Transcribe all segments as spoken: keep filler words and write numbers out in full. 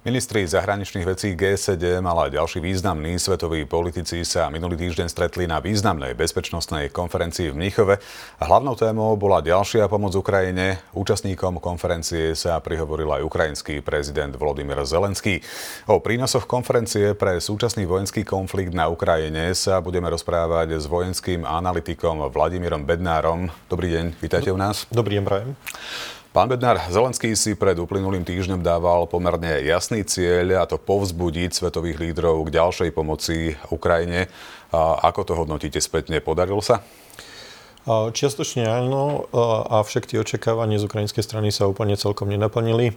Ministri zahraničných vecí gé sedem, ale aj ďalší významní svetoví politici sa minulý týždeň stretli na významnej bezpečnostnej konferencii v Mníchove. Hlavnou témou bola ďalšia pomoc Ukrajine. Účastníkom konferencie sa prihovoril aj ukrajinský prezident Volodymyr Zelenský. O prínosoch konferencie pre súčasný vojenský konflikt na Ukrajine sa budeme rozprávať s vojenským analytikom Vladimírom Bednárom. Dobrý deň, vítajte u nás. Dobrý deň, prajem. Pán Bednár, Zelenský si pred uplynulým týždňom dával pomerne jasný cieľ, a to povzbudiť svetových lídrov k ďalšej pomoci Ukrajine. A ako to hodnotíte spätne? Podarilo sa? Čiastočne áno, avšak tie očakávania z ukrajinskej strany sa úplne celkom nenaplnili.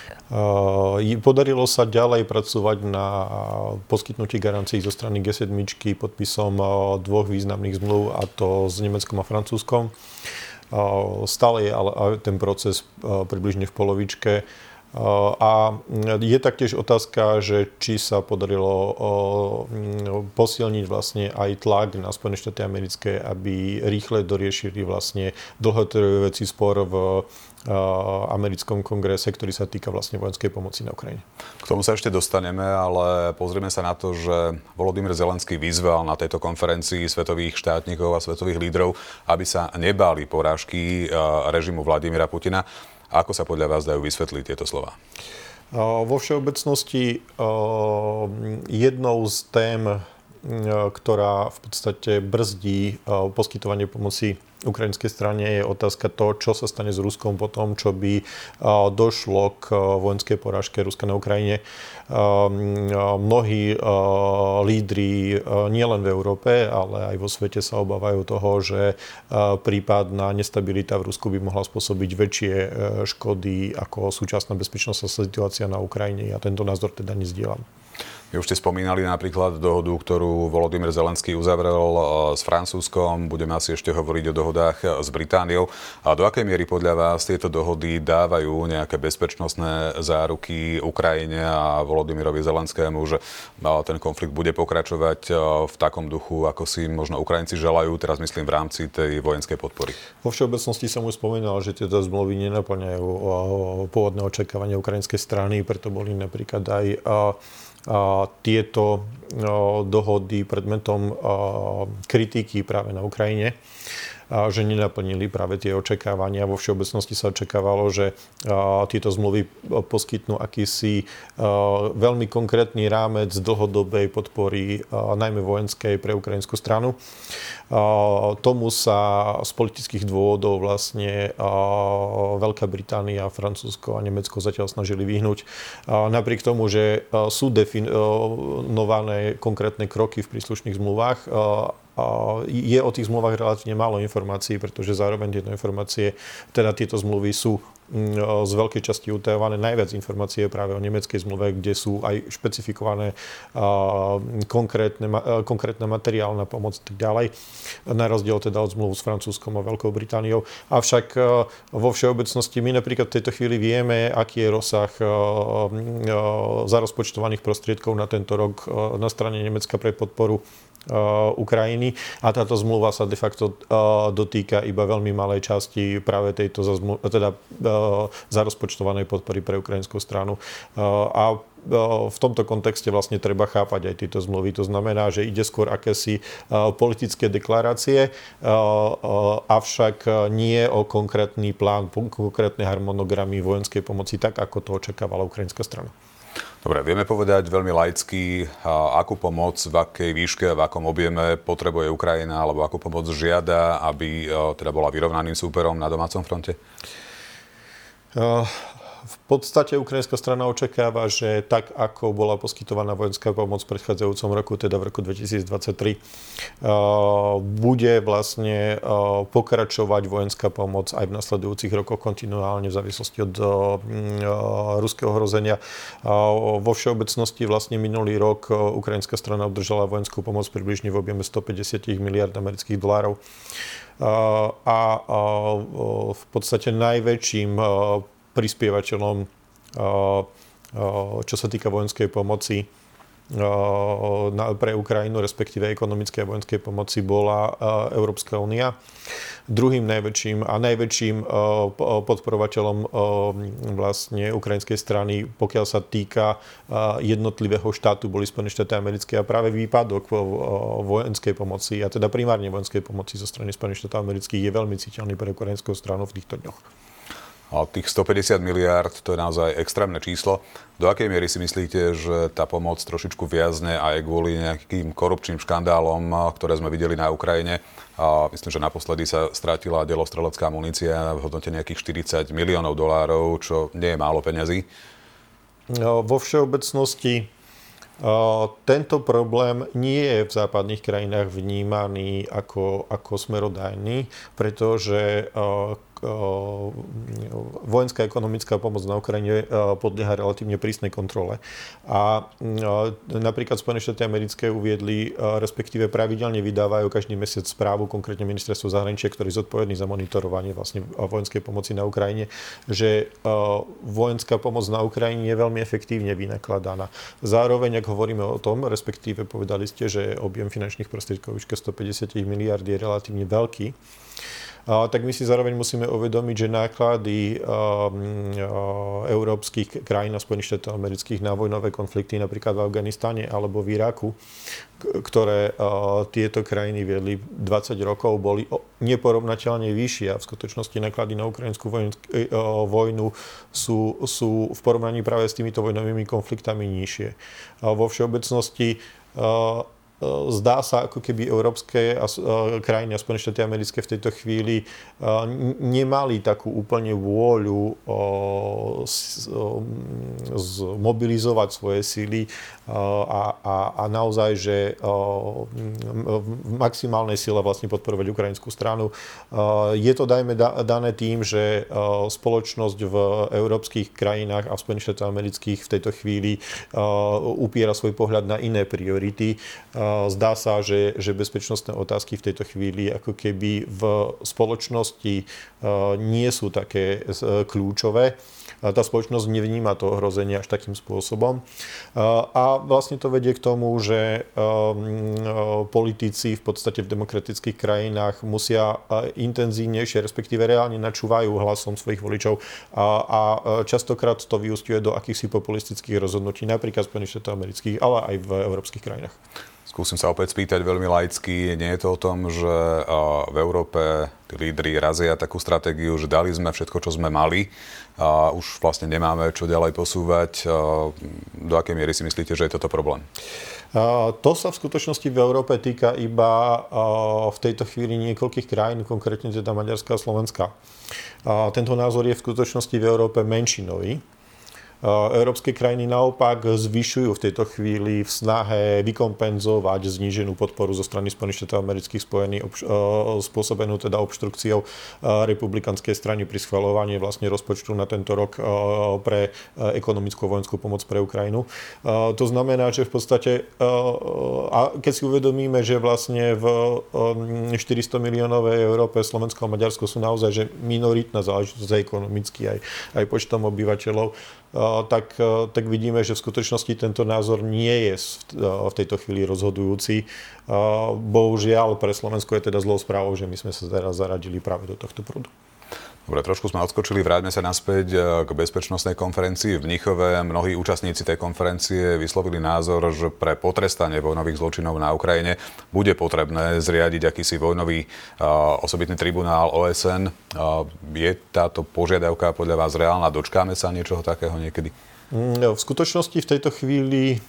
Podarilo sa ďalej pracovať na poskytnutí garancií zo strany gé sedem podpisom dvoch významných zmluv, a to s Nemeckom a Francúzskom. Stále je ale ten proces približne v polovičke. A je taktiež otázka, že či sa podarilo posilniť vlastne aj tlak na Spojené štáty americké, aby rýchle doriešili vlastne dlhotrvajúci spor v americkom kongrese, ktorý sa týka vlastne vojenskej pomoci na Ukrajine. K tomu sa ešte dostaneme, ale pozrieme sa na to, že Volodymyr Zelenský vyzval na tejto konferencii svetových štátnikov a svetových lídrov, aby sa nebáli porážky režimu Vladimíra Putina. Ako sa podľa vás dajú vysvetliť tieto slová? Vo všeobecnosti jednou z tém, ktorá v podstate brzdí poskytovanie pomoci ukrajinskej strane, je otázka to, čo sa stane s Ruskom po tom, čo by došlo k vojenskej porážke Ruska na Ukrajine. Mnohí lídri nielen v Európe, ale aj vo svete sa obávajú toho, že prípadná nestabilita v Rusku by mohla spôsobiť väčšie škody ako súčasná bezpečnostná situácia na Ukrajine. Ja tento názor teda nezdielam. Vy už ste spomínali napríklad dohodu, ktorú Volodymyr Zelenský uzavrel s Francúzskom. Budeme asi ešte hovoriť o dohodách s Britániou. A do akej miery podľa vás tieto dohody dávajú nejaké bezpečnostné záruky Ukrajine a Volodymyrovi Zelenskému, že ten konflikt bude pokračovať v takom duchu, ako si možno Ukrajinci želajú, teraz myslím v rámci tej vojenskej podpory? Vo všeobecnosti som už spomínal, že tieto zmluvy nenaplňajú pôvodné očakávania ukrajinskej strany, preto boli napríklad aj A tieto dohody predmetom kritiky práve na Ukrajine, že nenaplnili práve tie očakávania. Vo všeobecnosti sa očakávalo, že tieto zmluvy poskytnú akýsi veľmi konkrétny rámec dlhodobej podpory, najmä vojenskej, pre ukrajinskú stranu. Tomu sa z politických dôvodov vlastne Veľká Británia, Francúzsko a Nemecko zatiaľ snažili vyhnúť. Napriek tomu, že sú definované konkrétne kroky v príslušných zmluvách, je o tých zmluvách relatívne málo informácií, pretože zároveň tieto informácie, teda tieto zmluvy sú z veľkej časti utajované. Najviac informácií je práve o nemeckej zmluve, kde sú aj špecifikované konkrétne, konkrétna materiálna pomoc a tak ďalej. Na rozdiel teda od zmluv s Francúzskom a Veľkou Britániou. Avšak vo všeobecnosti my napríklad v tejto chvíli vieme, aký je rozsah zarozpočtovaných prostriedkov na tento rok na strane Nemecka pre podporu Ukrajiny, a táto zmluva sa de facto dotýka iba veľmi malej časti práve tejto teda zarozpočtovanej podpory pre ukrajinskú stranu. A v tomto kontexte vlastne treba chápať aj tieto zmluvy. To znamená, že ide skôr akési politické deklarácie, avšak nie o konkrétny plán, konkrétne harmonogramy vojenskej pomoci, tak ako to očakávala ukrajinská strana. Dobre, vieme povedať veľmi laicky, akú pomoc, v akej výške, v akom objeme potrebuje Ukrajina, alebo akú pomoc žiada, aby teda bola vyrovnaným súperom na domácom fronte? Uh... V podstate ukrajinská strana očakáva, že tak, ako bola poskytovaná vojenská pomoc v predchádzajúcom roku, teda v roku dvetisícdvadsaťtri, bude vlastne pokračovať vojenská pomoc aj v nasledujúcich rokoch kontinuálne v závislosti od ruského hrozenia. Vo všeobecnosti vlastne minulý rok ukrajinská strana obdržala vojenskú pomoc približne v objeme stopäťdesiat miliárd amerických dolárov. A v podstate najväčším prispievateľom, čo sa týka vojenskej pomoci, pre Ukrajinu, respektíve ekonomickej a vojenskej pomoci, bola Európska únia. Druhým najväčším a najväčším podporovateľom vlastne ukrajinskej strany, pokiaľ sa týka jednotlivého štátu, boli Spojené štáty americké, a práve výpadok vojenskej pomoci, a teda primárne vojenskej pomoci zo strany Spojených štátov amerických, je veľmi citeľný pre ukrajinskú stranu v týchto dňoch. A tých stopäťdesiat miliárd, to je naozaj extrémne číslo. Do akej miery si myslíte, že tá pomoc trošičku viazne aj kvôli nejakým korupčným škandálom, ktoré sme videli na Ukrajine? A myslím, že naposledy sa strátila delostrelecká munícia v hodnote nejakých štyridsať miliónov dolárov, čo nie je málo peňazí. No, vo všeobecnosti tento problém nie je v západných krajinách vnímaný ako, ako smerodajný, pretože vojenská ekonomická pomoc na Ukrajine podlieha relatívne prísnej kontrole. A napríklad Spojené štáty americké uviedli, respektíve pravidelne vydávajú každý mesiac správu, konkrétne ministerstvo zahraničia, ktorý je zodpovedný za monitorovanie vlastne vojenskej pomoci na Ukrajine, že vojenská pomoc na Ukrajine je veľmi efektívne vynakladaná. Zároveň, ak hovoríme o tom, respektíve povedali ste, že objem finančných prostriedkov výške stopäťdesiat miliárd je relatívne veľký, tak my si zároveň musíme uvedomiť, že náklady európskych krajín a Spojených štátov amerických na vojnové konflikty, napríklad v Afganistane alebo v Iraku, ktoré tieto krajiny viedli dvadsať rokov, boli neporovnateľne vyššie, a v skutočnosti náklady na ukrajinskú vojnu sú, sú v porovnaní práve s týmito vojnovými konfliktami nižšie. Vo všeobecnosti zdá sa, ako keby európske krajiny a Spojené štáty americké v tejto chvíli nemali takú úplne vôľu zmobilizovať svoje síly a, a, a naozaj, že v maximálnej sile vlastne podporovať ukrajinskú stranu. Je to, dajme, dané tým, že spoločnosť v európskych krajinách a v Spojených štátoch amerických v tejto chvíli upiera svoj pohľad na iné priority. Zdá sa, že, že bezpečnostné otázky v tejto chvíli ako keby v spoločnosti nie sú také kľúčové. Tá spoločnosť nevníma to ohrozenie až takým spôsobom. A vlastne to vedie k tomu, že politici v podstate v demokratických krajinách musia intenzívnejšie, respektíve reálne načúvajú hlasom svojich voličov, a, a častokrát to vyústiuje do akýchsi populistických rozhodnutí, napríklad Spojených štátov amerických, ale aj v európskych krajinách. Skúsim sa opäť spýtať veľmi laicky. Nie je to o tom, že v Európe tí lídri razia takú stratégiu, že dali sme všetko, čo sme mali, a už vlastne nemáme čo ďalej posúvať. Do akej miery si myslíte, že je toto problém? To sa v skutočnosti v Európe týka iba v tejto chvíli niekoľkých krajín, konkrétne teda Maďarska a Slovenska. Tento názor je v skutočnosti v Európe menšinový. Európske krajiny naopak zvyšujú v tejto chvíli v snahe vykompenzovať zníženú podporu zo strany Spojených štátov amerických spojených spôsobenú teda obštrukciou republikánskej strany pri schvaľovaní vlastne rozpočtu na tento rok pre ekonomickú a vojenskú pomoc pre Ukrajinu. To znamená, že v podstate, a keď si uvedomíme, že vlastne v štyristo miliónovej Európe Slovensko a Maďarsko sú naozaj že minoritná záležitosť ekonomicky aj, aj počtom obyvateľov, Tak, tak vidíme, že v skutočnosti tento názor nie je v tejto chvíli rozhodujúci. Bohužiaľ, pre Slovensko je teda zlou správou, že my sme sa teraz zaradili práve do tohto prúdu. Dobre, trošku sme odskočili, vráťme sa naspäť k bezpečnostnej konferencii v Mníchove. Mnohí účastníci tej konferencie vyslovili názor, že pre potrestanie vojnových zločinov na Ukrajine bude potrebné zriadiť akýsi vojnový uh, osobitný tribunál ó es en. Uh, je táto požiadavka podľa vás reálna? Dočkáme sa niečoho takého niekedy? V skutočnosti v tejto chvíli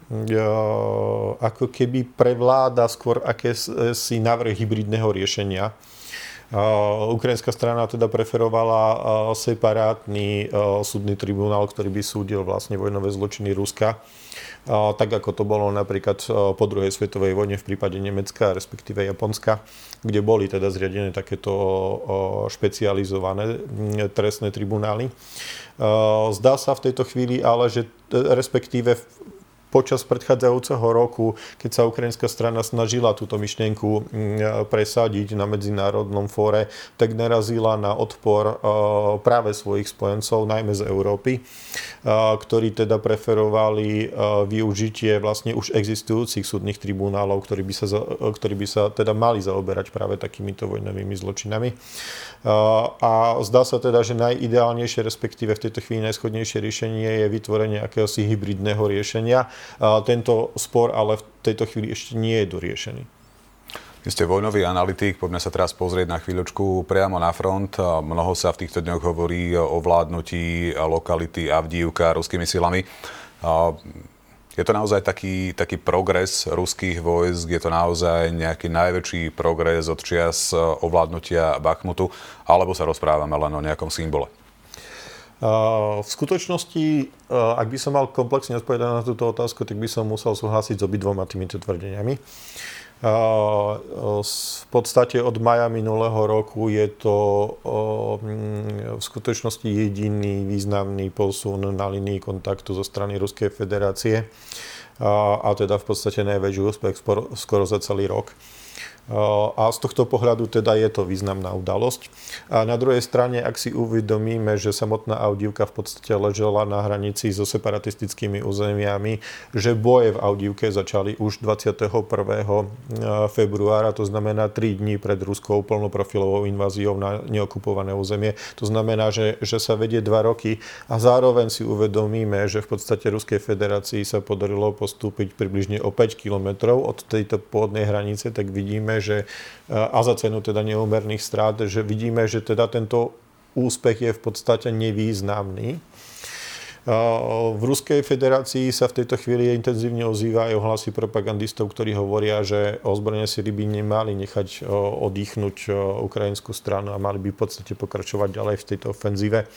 uh, ako keby prevláda skôr akési návrh hybridného riešenia. Uh, ukrajinská strana teda preferovala uh, separátny uh, súdny tribunál, ktorý by súdil vlastne vojnové zločiny Ruska. Uh, tak ako to bolo napríklad uh, po druhej svetovej vojne v prípade Nemecka, respektíve Japonska, kde boli teda zriadené takéto uh, špecializované uh, trestné tribunály. Uh, zdá sa v tejto chvíli ale, že respektíve počas predchádzajúceho roku, keď sa ukrajinská strana snažila túto myšlienku presadiť na medzinárodnom fóre, tak narazila na odpor práve svojich spojencov, najmä z Európy, ktorí teda preferovali využitie vlastne už existujúcich súdnych tribunálov, ktorí by sa, ktorí by sa teda mali zaoberať práve takýmito vojnovými zločinami. A zdá sa teda, že najideálnejšie, respektíve v tejto chvíli najschodnejšie riešenie je vytvorenie akéhosi hybridného riešenia. Tento spor ale v tejto chvíli ešte nie je doriešený. Vy ste vojnový analytik, poďme sa teraz pozrieť na chvíľočku priamo na front. Mnoho sa v týchto dňoch hovorí o vládnutí lokality Avdijivka ruskými silami. Je to naozaj taký, taký progres ruských vojsk? Je to naozaj nejaký najväčší progres od čias ovládnutia Bachmutu? Alebo sa rozprávame len o nejakom symbole? V skutočnosti, ak by som mal komplexne odpovedať na túto otázku, tak by som musel súhlasiť s obidvoma týmito tvrdeniami. V podstate od maja minulého roku je to v skutočnosti jediný významný posun na línii kontaktu zo strany Ruskej federácie a teda v podstate najväčší úspech skoro za celý rok. A z tohto pohľadu teda je to významná udalosť. A na druhej strane, ak si uvedomíme, že samotná Avdijivka v podstate ležela na hranici so separatistickými územiami, že boje v Avdijivke začali už dvadsiateho prvého februára, to znamená tri dní pred ruskou plnoprofilovou inváziou na neokupované územie. To znamená, že, že sa vedie dva roky a zároveň si uvedomíme, že v podstate Ruskej federácii sa podarilo postúpiť približne o päť kilometrov od tejto pôvodnej hranice, tak vidíme, že, a za cenu teda neúmerných strát, že vidíme, že teda tento úspech je v podstate nevýznamný. V Ruskej federácii sa v tejto chvíli intenzívne ozývajú hlasy propagandistov, ktorí hovoria, že ozbrojené sily by nemali nechať oddychnúť ukrajinskú stranu a mali by v podstate pokračovať ďalej v tejto ofenzíve.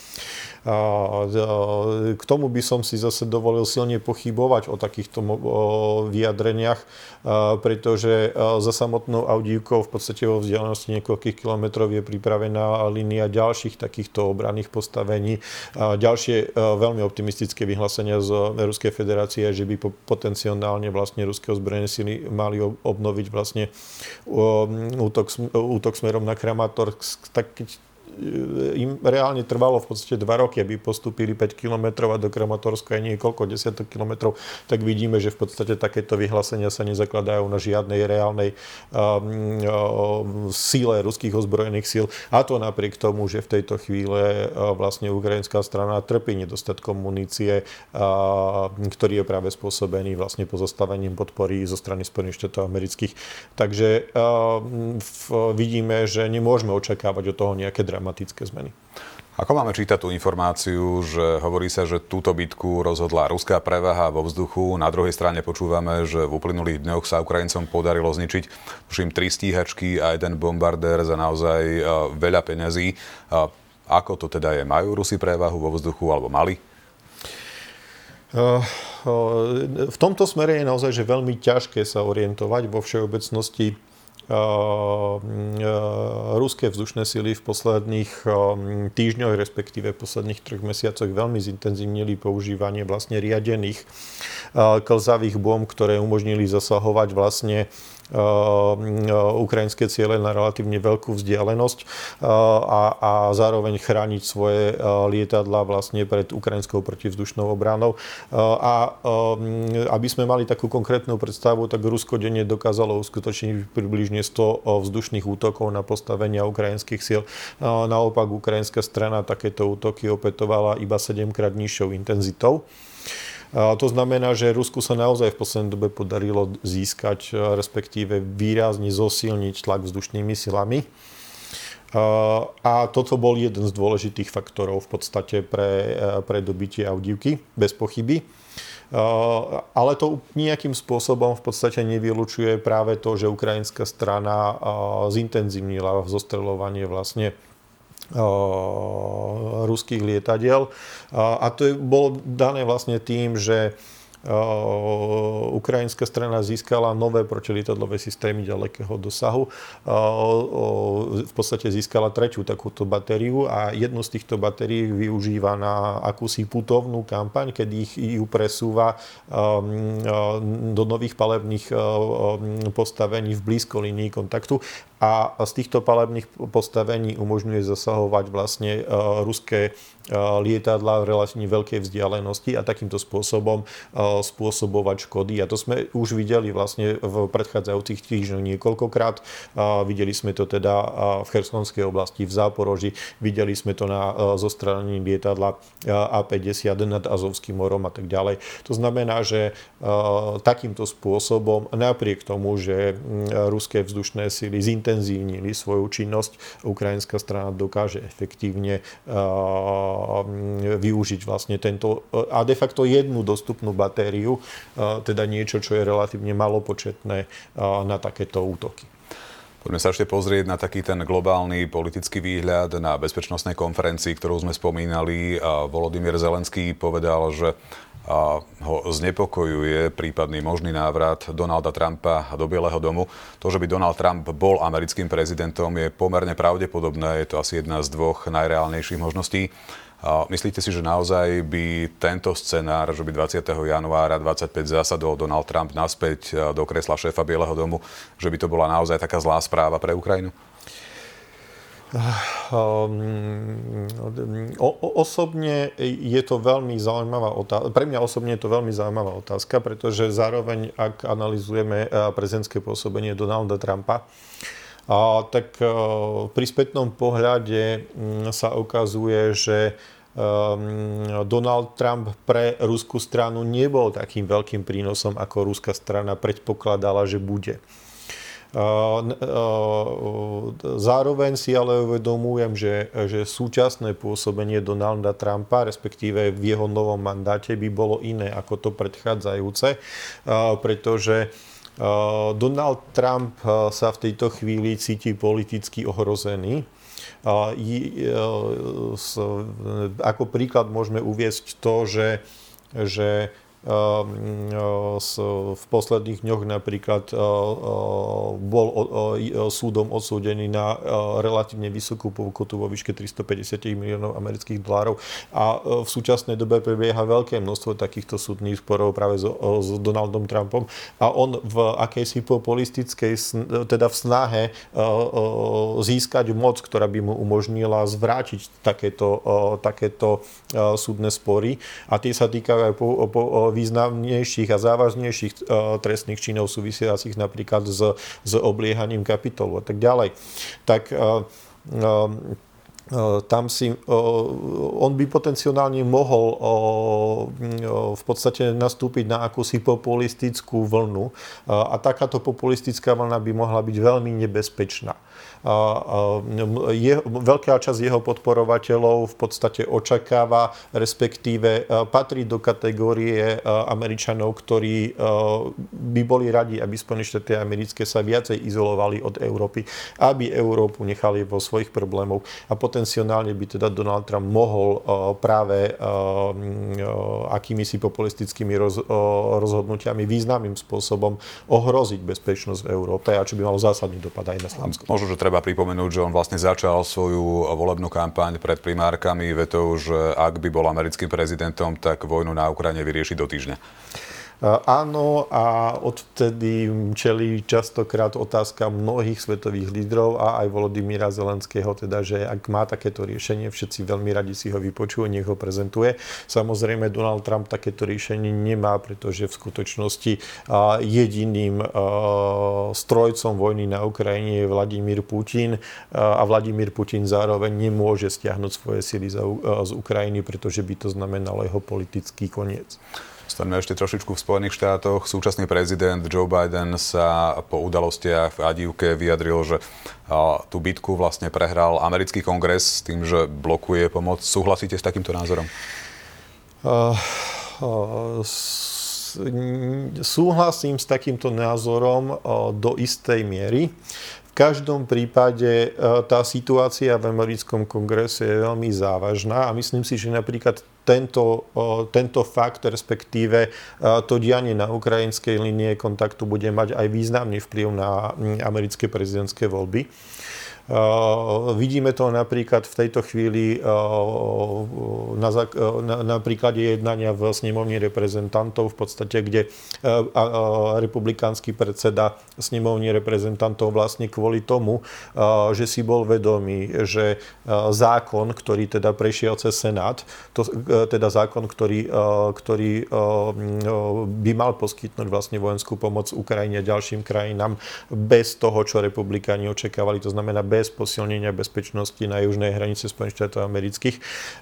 K tomu by som si zase dovolil silne pochybovať o takýchto vyjadreniach, pretože za samotnou Avdijivkou v podstate vo vzdialenosti niekoľkých kilometrov je pripravená línia ďalších takýchto obranných postavení. Ďalšie veľmi optimistické vyhlásenia z Ruskej federácie, že by potenciálne vlastne ruské ozbrojené sily mali obnoviť vlastne útok, útok smerom na Kramatorsk, tak keď im reálne trvalo v podstate dva roky, aby postúpili päť kilometrov a do Kramatorska je niekoľko desiatok kilometrov, tak vidíme, že v podstate takéto vyhlásenia sa nezakladajú na žiadnej reálnej um, síle ruských ozbrojených síl. A to napriek tomu, že v tejto chvíle uh, vlastne ukrajinská strana trpí nedostatkom munície, uh, ktorý je práve spôsobený vlastne pozastavením podpory zo strany Spojených štátov amerických. Takže uh, v, vidíme, že nemôžeme očakávať od toho nejaké dramatické zmeny. Ako máme čítať tú informáciu, že hovorí sa, že túto bitku rozhodla ruská prevaha vo vzduchu, na druhej strane počúvame, že v uplynulých dňoch sa Ukrajincom podarilo zničiť tuším tri stíhačky a jeden bombardér za naozaj uh, veľa peňazí. Uh, ako to teda je? Majú Rusi prevahu vo vzduchu alebo mali? Uh, uh, v tomto smere je naozaj že veľmi ťažké sa orientovať vo všeobecnosti. Ruské vzdušné sily v posledných týždňoch, respektíve v posledných troch mesiacoch veľmi zintenzívnili používanie vlastne riadených klzavých bomb, ktoré umožnili zasahovať vlastne ukrajinské ciele na relatívne veľkú vzdialenosť a, a zároveň chrániť svoje lietadlá vlastne pred ukrajinskou protivzdušnou obranou. A aby sme mali takú konkrétnu predstavu, tak Rusko denne dokázalo uskutočniť približne sto vzdušných útokov na postavenia ukrajinských síl. Naopak ukrajinská strana takéto útoky opetovala iba sedemkrát nižšou intenzitou. To znamená, že Rusku sa naozaj v poslednej dobe podarilo získať, respektíve výrazne zosilniť tlak vzdušnými silami. A toto bol jeden z dôležitých faktorov v podstate pre, pre dobitie Avdijivky, bez pochyby. Ale to nejakým spôsobom v podstate nevylučuje práve to, že ukrajinská strana zintenzívnila zostreľovanie vlastne ruských lietadiel. A to bolo dané vlastne tým, že ukrajinská strana získala nové protilietadlové systémy ďalekého dosahu. V podstate získala tretiu takúto batériu a jednu z týchto batérií využíva na akúsi putovnú kampaň, keď ich ju presúva do nových palebných postavení v blízko línii kontaktu. A z týchto palebných postavení umožňuje zasahovať vlastne ruské lietadlá v relatívne veľkej vzdialenosti a takýmto spôsobom spôsobovať škody. A to sme už videli vlastne v predchádzajúcich týždňoch niekoľkokrát. Videli sme to teda v Chersonskej oblasti, v Záporoží, videli sme to na zostrelení lietadla á päťdesiat nad Azovským morom a tak ďalej. To znamená, že takýmto spôsobom, napriek tomu, že ruské vzdušné sily zintenzívnili svoju činnosť, ukrajinská strana dokáže efektívne využiť vlastne tento a de facto jednu dostupnú batériu, teda niečo, čo je relatívne malopočetné na takéto útoky. Poďme sa ešte pozrieť na taký ten globálny politický výhľad na bezpečnostnej konferencii, ktorú sme spomínali. Volodymyr Zelenský povedal, že ho znepokojuje prípadný možný návrat Donalda Trumpa do Bieleho domu. To, že by Donald Trump bol americkým prezidentom, je pomerne pravdepodobné. Je to asi jedna z dvoch najreálnejších možností. Myslíte si, že naozaj by tento scenár, že by dvadsiateho januára dvadsaťpäť zasadol Donald Trump naspäť do kresla šéfa Bieleho domu, že by to bola naozaj taká zlá správa pre Ukrajinu? O, osobne je to veľmi zaujímavá otázka. Pre mňa osobne je to veľmi zaujímavá otázka, pretože zároveň, ak analyzujeme prezidentské pôsobenie Donalda Trumpa, a, tak a, pri spätnom pohľade m, sa ukazuje, že um, Donald Trump pre ruskú stranu nebol takým veľkým prínosom, ako ruská strana predpokladala, že bude. Zároveň si ale uvedomujem, že, že súčasné pôsobenie Donalda Trumpa, respektíve v jeho novom mandáte, by bolo iné ako to predchádzajúce, pretože Donald Trump sa v tejto chvíli cíti politicky ohrozený. Ako príklad môžeme uviesť to, že, že v posledných dňoch napríklad bol súdom odsúdený na relatívne vysokú pokutu vo výške tristopäťdesiat miliónov amerických dolárov a v súčasnej dobe prebieha veľké množstvo takýchto súdnych sporov práve s, s Donaldom Trumpom a on v akejsi populistickej, teda v snahe získať moc, ktorá by mu umožnila zvrátiť takéto, takéto súdne spory a tie sa týkajú aj po, po významnejších a závažnejších trestných činov súvisiacich napríklad s, s obliehaním Kapitolu a tak ďalej. Tak tam si, on by potenciálne mohol v podstate nastúpiť na akúsi populistickú vlnu a takáto populistická vlna by mohla byť veľmi nebezpečná. Je, veľká časť jeho podporovateľov v podstate očakáva, respektíve patrí do kategórie Američanov, ktorí by boli radi, aby Spojené štáty americké sa viacej izolovali od Európy, aby Európu nechali vo svojich problémoch a potenciálne by teda Donald Trump mohol práve akýmisi populistickými roz, rozhodnutiami významným spôsobom ohroziť bezpečnosť v Európe a čo by malo zásadný dopad aj na Slovensko. Možno, že treba pripomenúť, že on vlastne začal svoju volebnú kampaň pred primárkami vetou, že ak by bol americkým prezidentom, tak vojnu na Ukrajine vyrieši do týždňa. Áno, a odvtedy čelí častokrát otázka mnohých svetových lídrov a aj Volodymyra Zelenského, teda, že ak má takéto riešenie, všetci veľmi radi si ho vypočujú, nech ho prezentuje. Samozrejme, Donald Trump takéto riešenie nemá, pretože v skutočnosti jediným strojcom vojny na Ukrajine je Vladimír Putin a Vladimír Putin zároveň nemôže stiahnuť svoje sily z Ukrajiny, pretože by to znamenalo jeho politický koniec. Staňme ešte trošičku v Spojených štátoch. Súčasný prezident Joe Biden sa po udalostiach v Avdijivke vyjadril, že tú bitku vlastne prehral americký kongres s tým, že blokuje pomoc. Súhlasíte s takýmto názorom? Uh, uh, s, súhlasím s takýmto názorom uh, do istej miery. V každom prípade tá situácia v americkom kongrese je veľmi závažná a myslím si, že napríklad tento, tento fakt, respektíve to dianie na ukrajinskej línie kontaktu bude mať aj významný vplyv na americké prezidentské voľby. Uh, vidíme to napríklad v tejto chvíli uh, na, na, na príklade jednania v snemovni reprezentantov, v podstate, kde uh, uh, republikánsky predseda snemovni reprezentantov vlastne kvôli tomu, uh, že si bol vedomý, že uh, zákon, ktorý teda prešiel cez Senát, to, uh, teda zákon, ktorý, uh, ktorý uh, by mal poskytnúť vlastne vojenskú pomoc Ukrajine a ďalším krajinám bez toho, čo republikáni očakávali, to znamená bez bez posilnenia bezpečnosti na južnej hranice Spojených štátov amerických,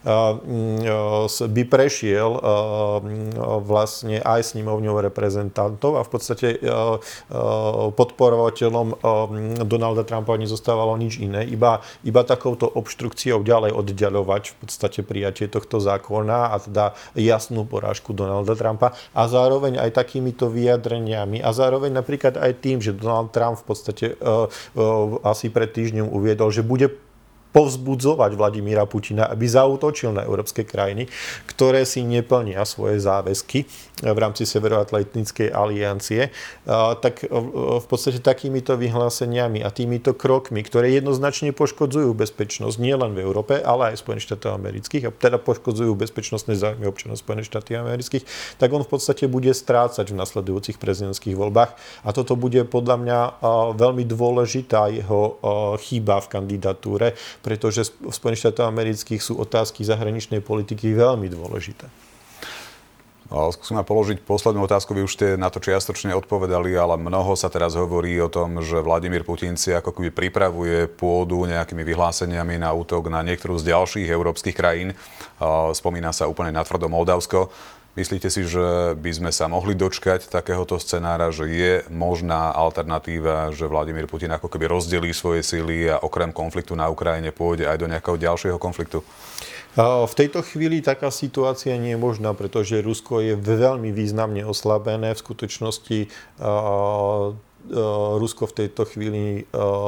by prešiel vlastne aj snemovňou reprezentantov a v podstate podporovateľom Donalda Trumpa nezostávalo nič iné, iba, iba takouto obštrukciou ďalej oddiaľovať v podstate prijatie tohto zákona a teda jasnú porážku Donalda Trumpa a zároveň aj takýmito vyjadreniami a zároveň napríklad aj tým, že Donald Trump v podstate uh, uh, asi pred týždňom uviedol, že bude povzbudzovať Vladimíra Putina, aby zaútočil na európske krajiny, ktoré si neplnia svoje záväzky v rámci Severoatlantickej aliancie, tak v podstate takýmito vyhláseniami a týmito krokmi, ktoré jednoznačne poškodzujú bezpečnosť nielen v Európe, ale aj Spojených štátov amerických, a teda poškodzujú bezpečnostné záujmy občanov Spojených štátov amerických, tak on v podstate bude strácať v nasledujúcich prezidentských voľbách. A toto bude podľa mňa veľmi dôležitá jeho chyba v kandidatúre, pretože v Spojených štátoch amerických sú otázky zahraničnej politiky veľmi dôležité. No, skúsim položiť poslednú otázku. Vy už ste na to čiastočne odpovedali, ale mnoho sa teraz hovorí o tom, že Vladimír Putin si ako keby pripravuje pôdu nejakými vyhláseniami na útok na niektorú z ďalších európskych krajín. Spomína sa úplne natvrdo Moldavsko. Myslíte si, že by sme sa mohli dočkať takéhoto scenára, že je možná alternatíva, že Vladimír Putin ako keby rozdelí svoje sily a okrem konfliktu na Ukrajine pôjde aj do nejakého ďalšieho konfliktu? V tejto chvíli taká situácia nie je možná, pretože Rusko je veľmi významne oslabené. V skutočnosti Rusko v tejto chvíli,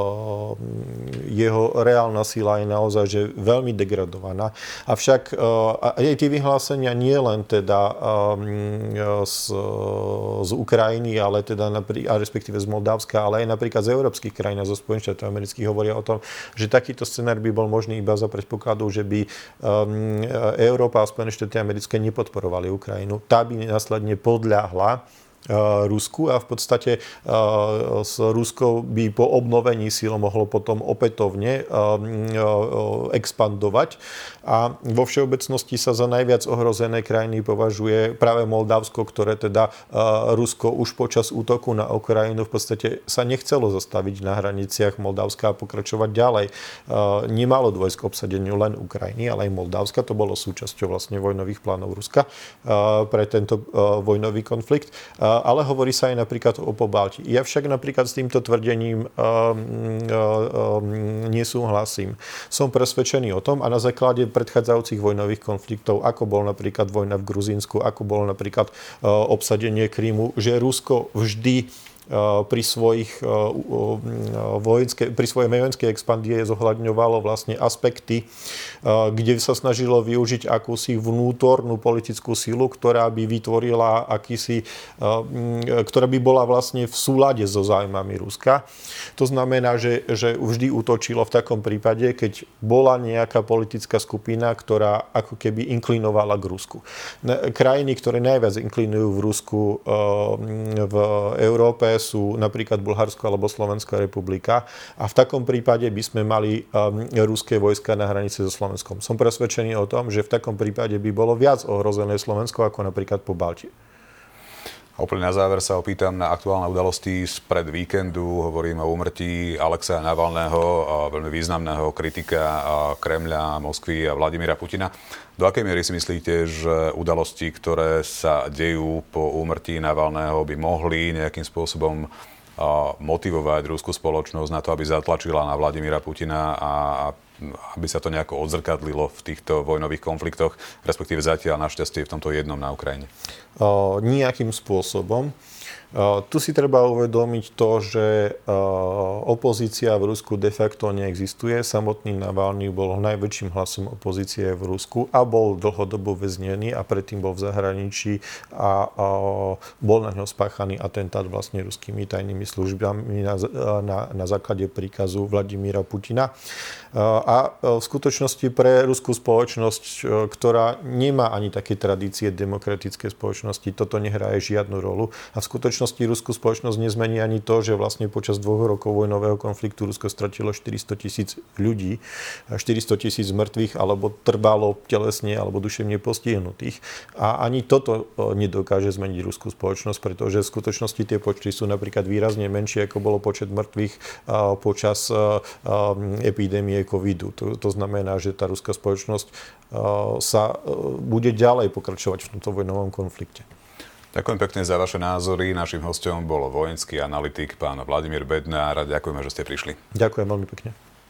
jeho reálna sila je naozaj že veľmi degradovaná. Avšak aj tie vyhlásenia nie len teda z, z Ukrajiny, ale teda napríklad, respektíve z Moldavska, ale aj napríklad z európskych krajín a zo Spojených štátov amerických hovoria o tom, že takýto scenár by bol možný iba za predpokladu, že by Európa a Spojené štáty americké nepodporovali Ukrajinu. Tá by následne podľahla Rusku a v podstate s Ruskou by po obnovení síl mohlo potom opätovne expandovať a vo všeobecnosti sa za najviac ohrozené krajiny považuje práve Moldavsko, ktoré teda Rusko už počas útoku na Ukrajinu v podstate sa nechcelo zastaviť na hraniciach Moldavska a pokračovať ďalej. Nemalo dôjsť k obsadeniu len Ukrajiny, ale aj Moldavska. To bolo súčasťou vlastne vojnových plánov Ruska pre tento vojnový konflikt. Ale hovorí sa aj napríklad o Pobalti. Ja však napríklad s týmto tvrdením um, um, nesúhlasím. Som presvedčený o tom a na základe predchádzajúcich vojnových konfliktov, ako bol napríklad vojna v Gruzínsku, ako bolo napríklad uh, obsadenie Krymu, že Rusko vždy pri svojich vojenské, pri svojej vojenskej expandii zohľadňovalo vlastne aspekty, kde sa snažilo využiť akúsi vnútornú politickú silu, ktorá by vytvorila akýsi, ktorá by bola vlastne v súlade so záujmami Ruska. To znamená, že, že vždy útočilo v takom prípade, keď bola nejaká politická skupina, ktorá ako keby inklinovala k Rusku. Krajiny, ktoré najviac inklinujú v Rusku v Európe, sú napríklad Bulharsko alebo Slovenská republika a v takom prípade by sme mali um, ruské vojska na hranici so Slovenskom. Som presvedčený o tom, že v takom prípade by bolo viac ohrozené Slovensko ako napríklad Pobaltie. A úplne na záver sa opýtam na aktuálne udalosti spred víkendu. Hovorím o úmrtí Alexeja Navalného, veľmi významného kritika Kremľa, Moskvy a Vladimíra Putina. Do akej miery si myslíte, že udalosti, ktoré sa dejú po úmrtí Navalného, by mohli nejakým spôsobom motivovať ruskú spoločnosť na to, aby zatlačila na Vladimíra Putina a aby sa to nejako odzrkadlilo v týchto vojnových konfliktoch, respektíve zatiaľ našťastie v tomto jednom na Ukrajine? O, nejakým spôsobom. Tu si treba uvedomiť to, že opozícia v Rusku de facto neexistuje. Samotný Navalny bol najväčším hlasom opozície v Rusku a bol dlhodobo väznený a predtým bol v zahraničí a bol na ňo spáchaný atentát vlastne ruskými tajnými službami na, na, na základe príkazu Vladimíra Putina. A v skutočnosti pre ruskú spoločnosť, ktorá nemá ani také tradície demokratické spoločnosti, toto nehraje žiadnu rolu. A v skutočnosti ruskú spoločnosť nezmení ani to, že vlastne počas dvoch rokov vojnového konfliktu Rusko stratilo štyristo tisíc ľudí, štyristo tisíc mŕtvych alebo trvalo telesne alebo duševne postihnutých. A ani toto nedokáže zmeniť ruskú spoločnosť, pretože v skutočnosti tie počty sú napríklad výrazne menšie, ako bolo počet mŕtvych počas epidémie covidu. To, to znamená, že tá ruská spoločnosť sa bude ďalej pokračovať v tomto vojnovom konflikte. Ďakujem pekne za vaše názory. Naším hosťom bol vojenský analytik pán Vladimír Bednár. Ďakujeme, že ste prišli. Ďakujem veľmi pekne.